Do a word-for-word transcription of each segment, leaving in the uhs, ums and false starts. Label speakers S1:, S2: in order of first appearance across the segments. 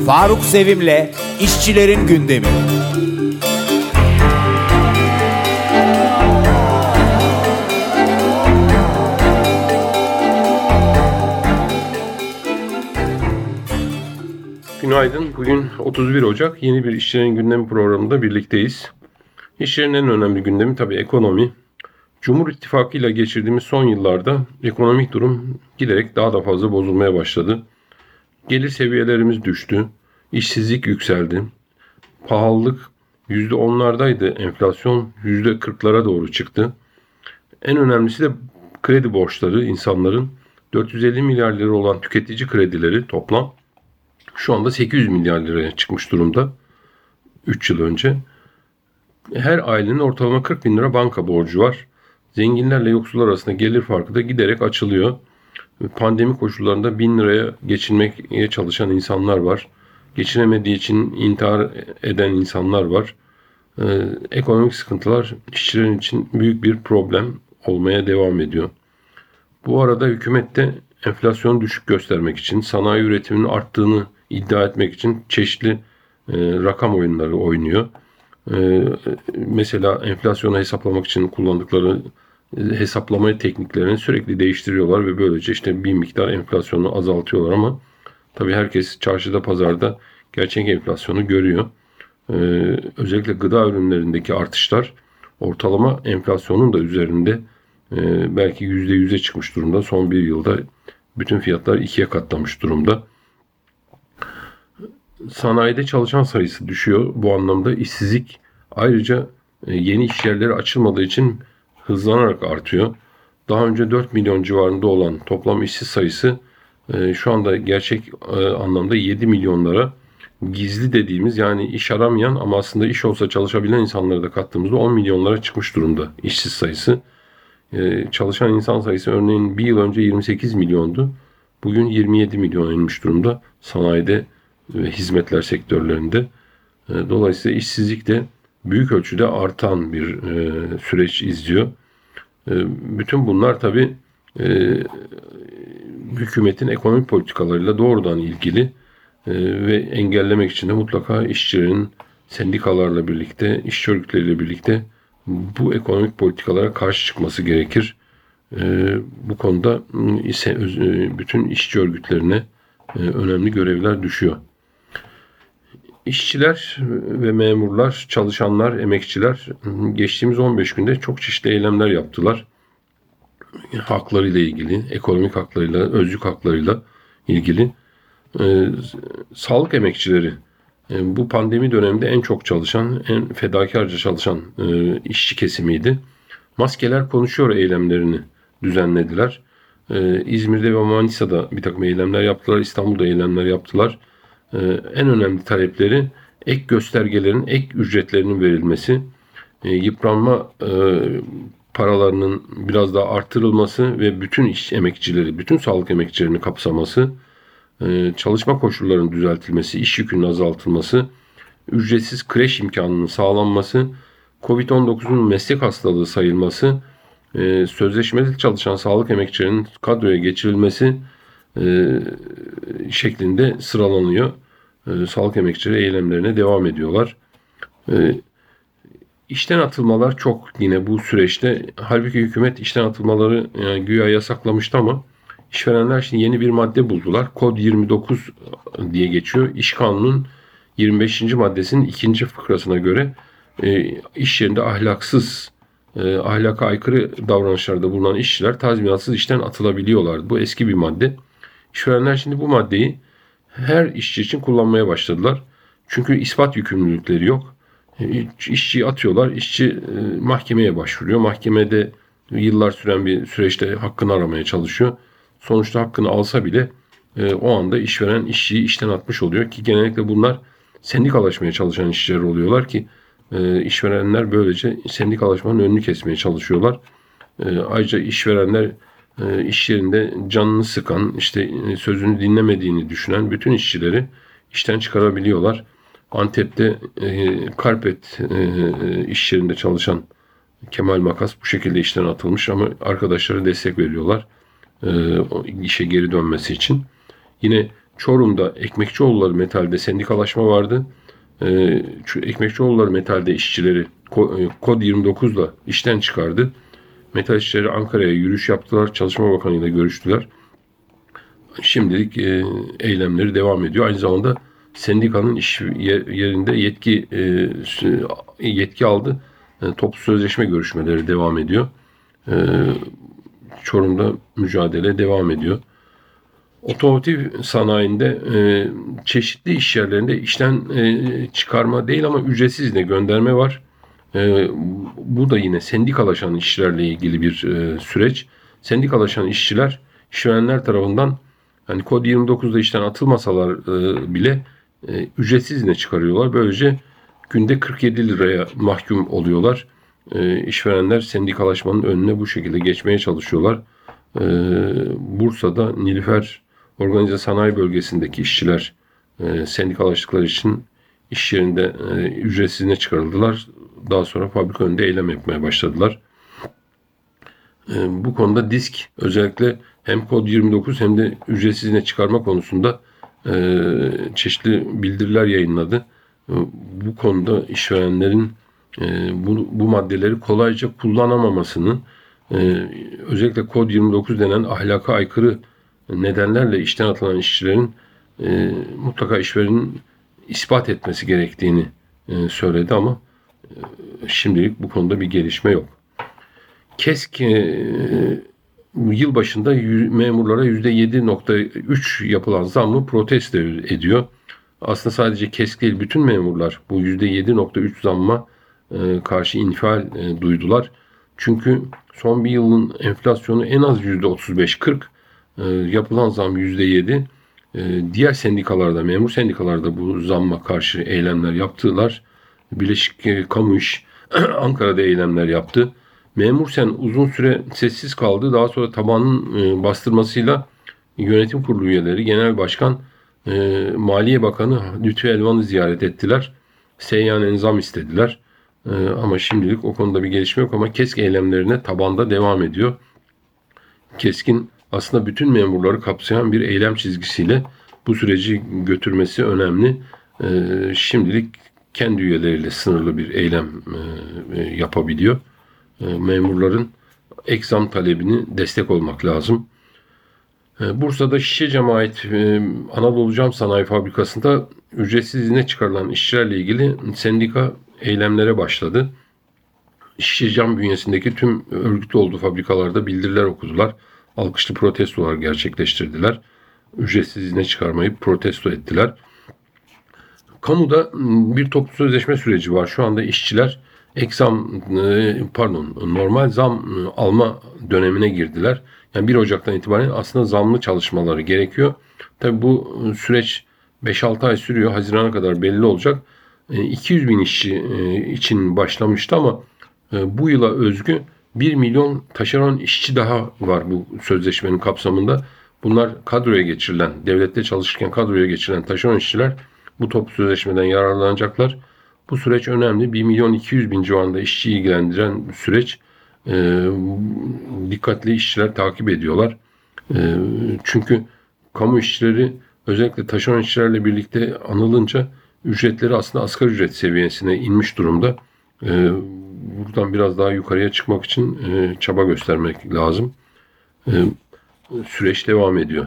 S1: Faruk Sevim'le İşçilerin Gündemi.
S2: Günaydın. Bugün otuz bir Ocak. Yeni bir İşçilerin Gündemi programında birlikteyiz. İşçilerin en önemli gündemi tabii ekonomi. Cumhur İttifakı ile geçirdiğimiz son yıllarda ekonomik durum giderek daha da fazla bozulmaya başladı. Gelir seviyelerimiz düştü. İşsizlik yükseldi. Pahalılık yüzde onlardaydı. Enflasyon yüzde kırklara doğru çıktı. En önemlisi de kredi borçları, insanların dört yüz elli milyar lira olan tüketici kredileri toplam şu anda sekiz yüz milyar liraya çıkmış durumda. üç yıl önce. Her ailenin ortalama kırk bin lira banka borcu var. Zenginlerle yoksullar arasında gelir farkı da giderek açılıyor. Pandemi koşullarında bin liraya geçinmeye çalışan insanlar var. Geçinemediği için intihar eden insanlar var. Ee, ekonomik sıkıntılar işçilerin için büyük bir problem olmaya devam ediyor. Bu arada hükümet de enflasyonu düşük göstermek için, sanayi üretiminin arttığını iddia etmek için çeşitli e, rakam oyunları oynuyor. E, mesela enflasyonu hesaplamak için kullandıkları e, hesaplama tekniklerini sürekli değiştiriyorlar ve böylece işte bir miktar enflasyonu azaltıyorlar ama tabii herkes çarşıda pazarda gerçek enflasyonu görüyor. E, özellikle gıda ürünlerindeki artışlar ortalama enflasyonun da üzerinde, e, belki yüzde yüze çıkmış durumda. Son bir yılda bütün fiyatlar ikiye katlamış durumda. Sanayide çalışan sayısı düşüyor. Bu anlamda işsizlik ayrıca yeni iş yerleri açılmadığı için hızlanarak artıyor. Daha önce dört milyon civarında olan toplam işsiz sayısı şu anda gerçek anlamda yedi milyonlara, gizli dediğimiz yani iş aramayan ama aslında iş olsa çalışabilen insanları da kattığımızda on milyonlara çıkmış durumda işsiz sayısı. Çalışan insan sayısı örneğin bir yıl önce yirmi sekiz milyondu. Bugün yirmi yedi milyon inmiş durumda sanayide ve hizmetler sektörlerinde. Dolayısıyla işsizlik de büyük ölçüde artan bir e, süreç izliyor. E, bütün bunlar tabii e, hükümetin ekonomik politikalarıyla doğrudan ilgili e, ve engellemek için de mutlaka işçilerin sendikalarla birlikte, işçi örgütleriyle birlikte bu ekonomik politikalara karşı çıkması gerekir. E, bu konuda ise e, bütün işçi örgütlerine e, önemli görevler düşüyor. İşçiler ve memurlar, çalışanlar, emekçiler geçtiğimiz on beş günde çok çeşitli eylemler yaptılar. Haklarıyla ilgili, ekonomik haklarıyla, özlük haklarıyla ilgili. Ee, sağlık emekçileri e, bu pandemi döneminde en çok çalışan, en fedakarca çalışan e, işçi kesimiydi. Maskeler konuşuyor eylemlerini düzenlediler. Ee, İzmir'de ve Manisa'da bir takım eylemler yaptılar, İstanbul'da eylemler yaptılar. Ee, en önemli talepleri ek göstergelerin, ek ücretlerinin verilmesi, e, yıpranma e, paralarının biraz daha artırılması ve bütün iş emekçileri, bütün sağlık emekçilerini kapsaması, e, çalışma koşullarının düzeltilmesi, iş yükünün azaltılması, ücretsiz kreş imkanının sağlanması, kovid on dokuzun meslek hastalığı sayılması, e, sözleşmeli çalışan sağlık emekçilerinin kadroya geçirilmesi e, şeklinde sıralanıyor. E, sağlık emekçileri eylemlerine devam ediyorlar. E, işten atılmalar çok yine bu süreçte. Halbuki hükümet işten atılmaları yani güya yasaklamıştı ama işverenler şimdi yeni bir madde buldular. Kod yirmi dokuz diye geçiyor. İş Kanunu'nun yirmi beşinci maddesinin ikinci fıkrasına göre e, iş yerinde ahlaksız, e, ahlaka aykırı davranışlarda bulunan işçiler tazminatsız işten atılabiliyorlar. Bu eski bir madde. İşverenler şimdi bu maddeyi her işçi için kullanmaya başladılar. Çünkü ispat yükümlülükleri yok. İşçiyi atıyorlar. İşçi mahkemeye başvuruyor. Mahkemede yıllar süren bir süreçte hakkını aramaya çalışıyor. Sonuçta hakkını alsa bile o anda işveren işçiyi işten atmış oluyor ki genellikle bunlar sendikalaşmaya çalışan işçiler oluyorlar ki işverenler böylece sendikalaşmanın önünü kesmeye çalışıyorlar. Ayrıca işverenler iş yerinde canını sıkan, işte sözünü dinlemediğini düşünen bütün işçileri işten çıkarabiliyorlar. Antep'te e, Karpet e, iş yerinde çalışan Kemal Makas bu şekilde işten atılmış ama arkadaşları destek veriyorlar e, işe geri dönmesi için. Yine Çorum'da Ekmekçioğulları Metal'de sendikalaşma vardı. E, Ekmekçioğulları Metal'de işçileri Kod yirmi dokuzla işten çıkardı. Metal işçileri Ankara'ya yürüyüş yaptılar. Çalışma Bakanı ile görüştüler. Şimdilik e, eylemleri devam ediyor. Aynı zamanda sendikanın iş yerinde yetki e, yetki aldı. E, toplu sözleşme görüşmeleri devam ediyor. E, Çorum'da mücadele devam ediyor. Otomotiv sanayinde e, çeşitli iş yerlerinde işten e, çıkarma değil ama ücretsiz izne gönderme var. E, bu da yine sendikalaşan işçilerle ilgili bir e, süreç. Sendikalaşan işçiler işverenler tarafından hani kod yirmi dokuzda işten atılmasalar e, bile e, ücretsiz izne çıkarıyorlar. Böylece günde kırk yedi liraya mahkum oluyorlar. E, işverenler sendikalaşmanın önüne bu şekilde geçmeye çalışıyorlar. E, Bursa'da Nilüfer Organize Sanayi Bölgesi'ndeki işçiler e, sendikalaştıkları için iş yerinde e, ücretsiz izne çıkarıldılar. Daha sonra fabrika önünde eylem yapmaya başladılar. E, bu konuda DİSK özellikle hem kod yirmi dokuz hem de ücretsiz izne çıkarma konusunda e, çeşitli bildiriler yayınladı. E, bu konuda işverenlerin e, bu, bu maddeleri kolayca kullanamamasını, e, özellikle kod yirmi dokuz denen ahlaka aykırı nedenlerle işten atılan işçilerin e, mutlaka işverenin ispat etmesi gerektiğini e, söyledi ama e, şimdilik bu konuda bir gelişme yok. KESK e, yıl başında memurlara yüzde yedi nokta üç yapılan zammı protesto ediyor. Aslında sadece KESK değil, bütün memurlar bu yüzde yedi nokta üç zamma e, karşı infial e, duydular. Çünkü son bir yılın enflasyonu en az yüzde otuz beş kırk, e, yapılan zam yüzde yedi. E, diğer sendikalarda, memur sendikalarda bu zamma karşı eylemler yaptılar. Birleşik e, Kamu İş Ankara'da eylemler yaptı. Memur Sen uzun süre sessiz kaldı. Daha sonra tabanın e, bastırmasıyla yönetim kurulu üyeleri, genel başkan, e, Maliye Bakanı Lütfi Elvan'ı ziyaret ettiler. Seyyanen zam istediler. E, ama şimdilik o konuda bir gelişme yok ama KESK eylemlerine tabanda devam ediyor. KESK'in aslında bütün memurları kapsayan bir eylem çizgisiyle bu süreci götürmesi önemli. E, şimdilik kendi üyeleriyle sınırlı bir eylem e, yapabiliyor. Memurların ek zam talebini destek olmak lazım. Bursa'da Şişe Cemaat Anadolu Cam Sanayi Fabrikası'nda ücretsiz izne çıkarılan işçilerle ilgili sendika eylemlere başladı. Şişe Cam bünyesindeki tüm örgütlü olduğu fabrikalarda bildiriler okudular. Alkışlı protestolar gerçekleştirdiler. Ücretsiz izne çıkarmayı protesto ettiler. Kamuda bir toplu sözleşme süreci var. Şu anda işçiler ek zam, pardon normal zam alma dönemine girdiler. Yani bir Ocak'tan itibaren aslında zamlı çalışmaları gerekiyor. Tabii bu süreç beş altı ay sürüyor. Haziran'a kadar belli olacak. iki yüz bin işçi için başlamıştı ama bu yıla özgü bir milyon taşeron işçi daha var bu sözleşmenin kapsamında. Bunlar kadroya geçirilen, devlette çalışırken kadroya geçirilen taşeron işçiler bu toplu sözleşmeden yararlanacaklar. Bu süreç önemli. bir milyon iki yüz bin civarında işçiyi ilgilendiren süreç. E, dikkatli işçiler takip ediyorlar. E, çünkü kamu işçileri özellikle taşeron işçilerle birlikte anılınca ücretleri aslında asgari ücret seviyesine inmiş durumda. E, buradan biraz daha yukarıya çıkmak için e, çaba göstermek lazım. E, süreç devam ediyor.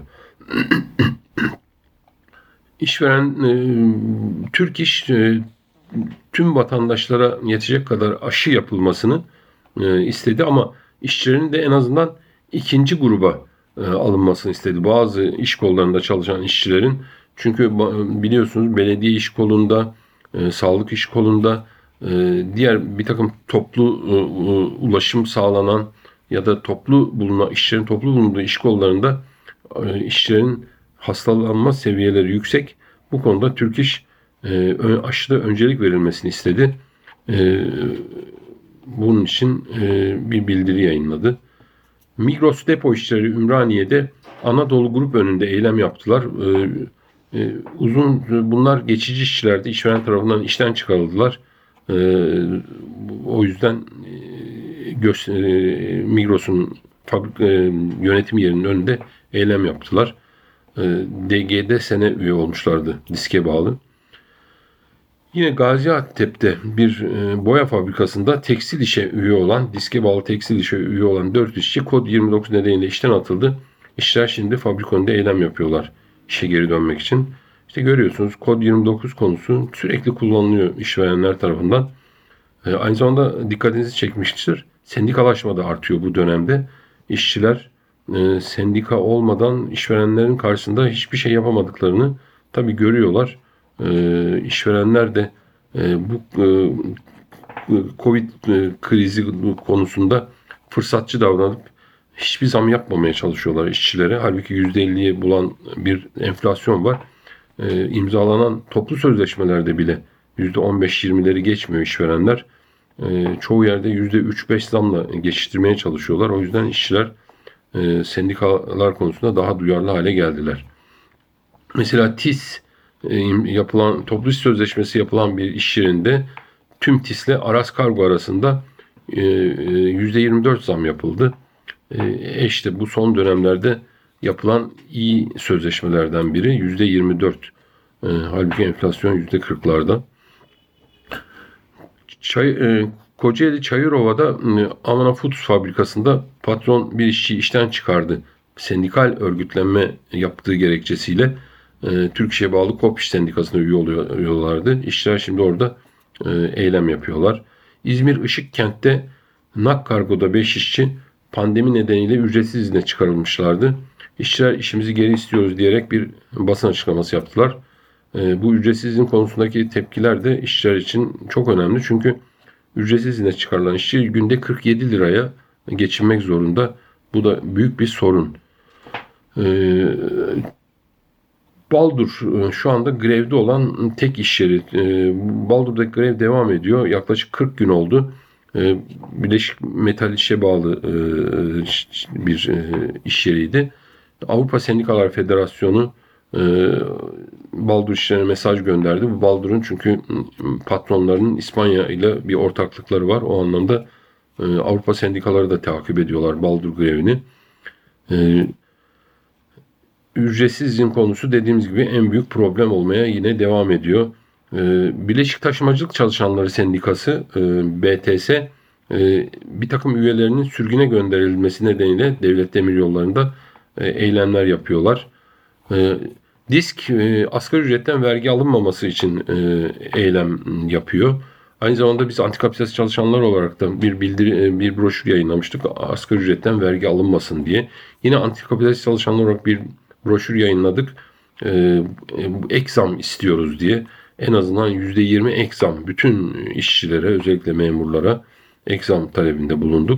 S2: İşveren e, Türk İş e, tüm vatandaşlara yetecek kadar aşı yapılmasını e, istedi ama işçilerin de en azından ikinci gruba e, alınmasını istedi. Bazı iş kollarında çalışan işçilerin, çünkü biliyorsunuz belediye iş kolunda, e, sağlık iş kolunda, e, diğer bir takım toplu e, ulaşım sağlanan ya da toplu bulunan işçilerin toplu bulunduğu iş kollarında e, işçilerin hastalanma seviyeleri yüksek. Bu konuda Türk İş e, aşıda öncelik verilmesini istedi. E, bunun için e, bir bildiri yayınladı. Migros depo işçileri Ümraniye'de Anadolu Grup önünde eylem yaptılar. E, e, uzun bunlar geçici işçilerdi. İşveren tarafından işten çıkarıldılar. E, o yüzden e, göz, e, Migros'un fabrik, e, yönetim yerinin önünde eylem yaptılar. e, D G'de sene üye olmuşlardı, diske bağlı. Yine Gaziantep'te bir e, boya fabrikasında tekstil işe üye olan, diske bağlı tekstil işe üye olan dört işçi kod yirmi dokuz nedeniyle işten atıldı. İşçiler şimdi fabrika önünde eylem yapıyorlar işe geri dönmek için. İşte görüyorsunuz, kod yirmi dokuz konusu sürekli kullanılıyor işverenler tarafından. E, aynı zamanda dikkatinizi çekmiştir. Sendikalaşma da artıyor bu dönemde. İşçiler e, sendika olmadan işverenlerin karşısında hiçbir şey yapamadıklarını tabii görüyorlar. E, işverenler de e, bu e, Covid e, krizi konusunda fırsatçı davranıp hiçbir zam yapmamaya çalışıyorlar işçilere. Halbuki yüzde elliyi bulan bir enflasyon var. E, imzalanan toplu sözleşmelerde bile yüzde on beş yirmileri geçmiyor işverenler. E, çoğu yerde yüzde üç beş zamla geçiştirmeye çalışıyorlar. O yüzden işçiler e, sendikalar konusunda daha duyarlı hale geldiler. Mesela TİS e, yapılan toplu iş sözleşmesi yapılan bir iş yerinde tüm TİS'le Aras Kargo arasında e, e, yüzde yirmi dört zam yapıldı. E, işte bu son dönemlerde yapılan iyi sözleşmelerden biri yüzde yirmi dört. E, halbuki enflasyon yüzde kırklarda. Çay, e, Kocaeli Çayırova'da e, Amana Foods fabrikasında patron bir işçiyi işten çıkardı. Sendikal örgütlenme yaptığı gerekçesiyle e, Türk İş'e bağlı KOPİŞ sendikasına üye oluyorlardı. İşçiler şimdi orada e, eylem yapıyorlar. İzmir Işıkkent'te Nak Kargo'da beş işçi pandemi nedeniyle ücretsiz izne çıkarılmışlardı. İşçiler işimizi geri istiyoruz diyerek bir basın açıklaması yaptılar. E, bu ücretsiz izin konusundaki tepkiler de işçiler için çok önemli. Çünkü ücretsiz izne çıkarılan işçi günde kırk yedi liraya geçinmek zorunda. Bu da büyük bir sorun. E, Baldur şu anda grevde olan tek iş yeri. E, Baldur'daki grev devam ediyor. Yaklaşık kırk gün oldu. E, Birleşik Metal İş'e bağlı e, bir e, iş yeriydi. Avrupa Sendikalar Federasyonu e, Baldur işçilerine mesaj gönderdi. Bu Baldur'un çünkü patronlarının İspanya ile bir ortaklıkları var. O anlamda e, Avrupa sendikaları da takip ediyorlar Baldur grevini. E, ücretsiz izin konusu dediğimiz gibi en büyük problem olmaya yine devam ediyor. E, Birleşik Taşımacılık Çalışanları Sendikası e, B T S e, bir takım üyelerinin sürgüne gönderilmesi nedeniyle devlet demiryollarında e, eylemler yapıyorlar. E, Disk e, asgari ücretten vergi alınmaması için e, eylem yapıyor. Aynı zamanda biz antikapitalist çalışanlar olarak da bir bildiri, bir broşür yayınlamıştık. Asgari ücretten vergi alınmasın diye. Yine antikapitalist çalışanlar olarak bir broşür yayınladık. E, ek zam istiyoruz diye. En azından yüzde yirmi ek zam bütün işçilere, özellikle memurlara ek zam talebinde bulunduk.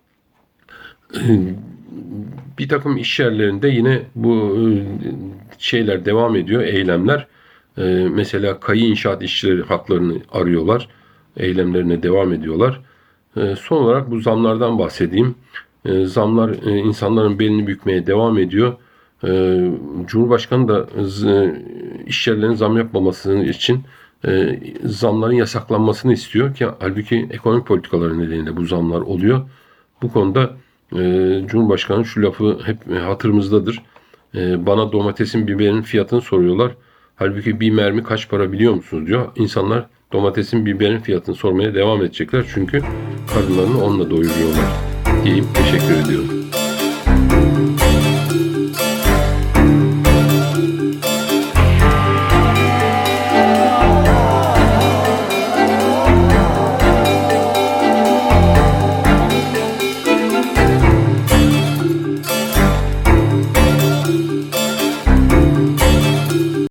S2: Bir takım iş yerlerinde yine bu şeyler devam ediyor, eylemler. Mesela Kayı İnşaat işçileri haklarını arıyorlar. Eylemlerine devam ediyorlar. Son olarak bu zamlardan bahsedeyim. Zamlar insanların belini bükmeye devam ediyor. Cumhurbaşkanı da iş yerlerinin zam yapmaması için zamların yasaklanmasını istiyor ki halbuki ekonomik politikaları nedeniyle bu zamlar oluyor. Bu konuda Cumhurbaşkanı şu lafı hep hatırımızdadır. Bana domatesin, biberin fiyatını soruyorlar. Halbuki bir mermi kaç para biliyor musunuz diyor. İnsanlar domatesin, biberin fiyatını sormaya devam edecekler. Çünkü karınlarını onunla doyuruyorlar diyeyim. Teşekkür ediyorum.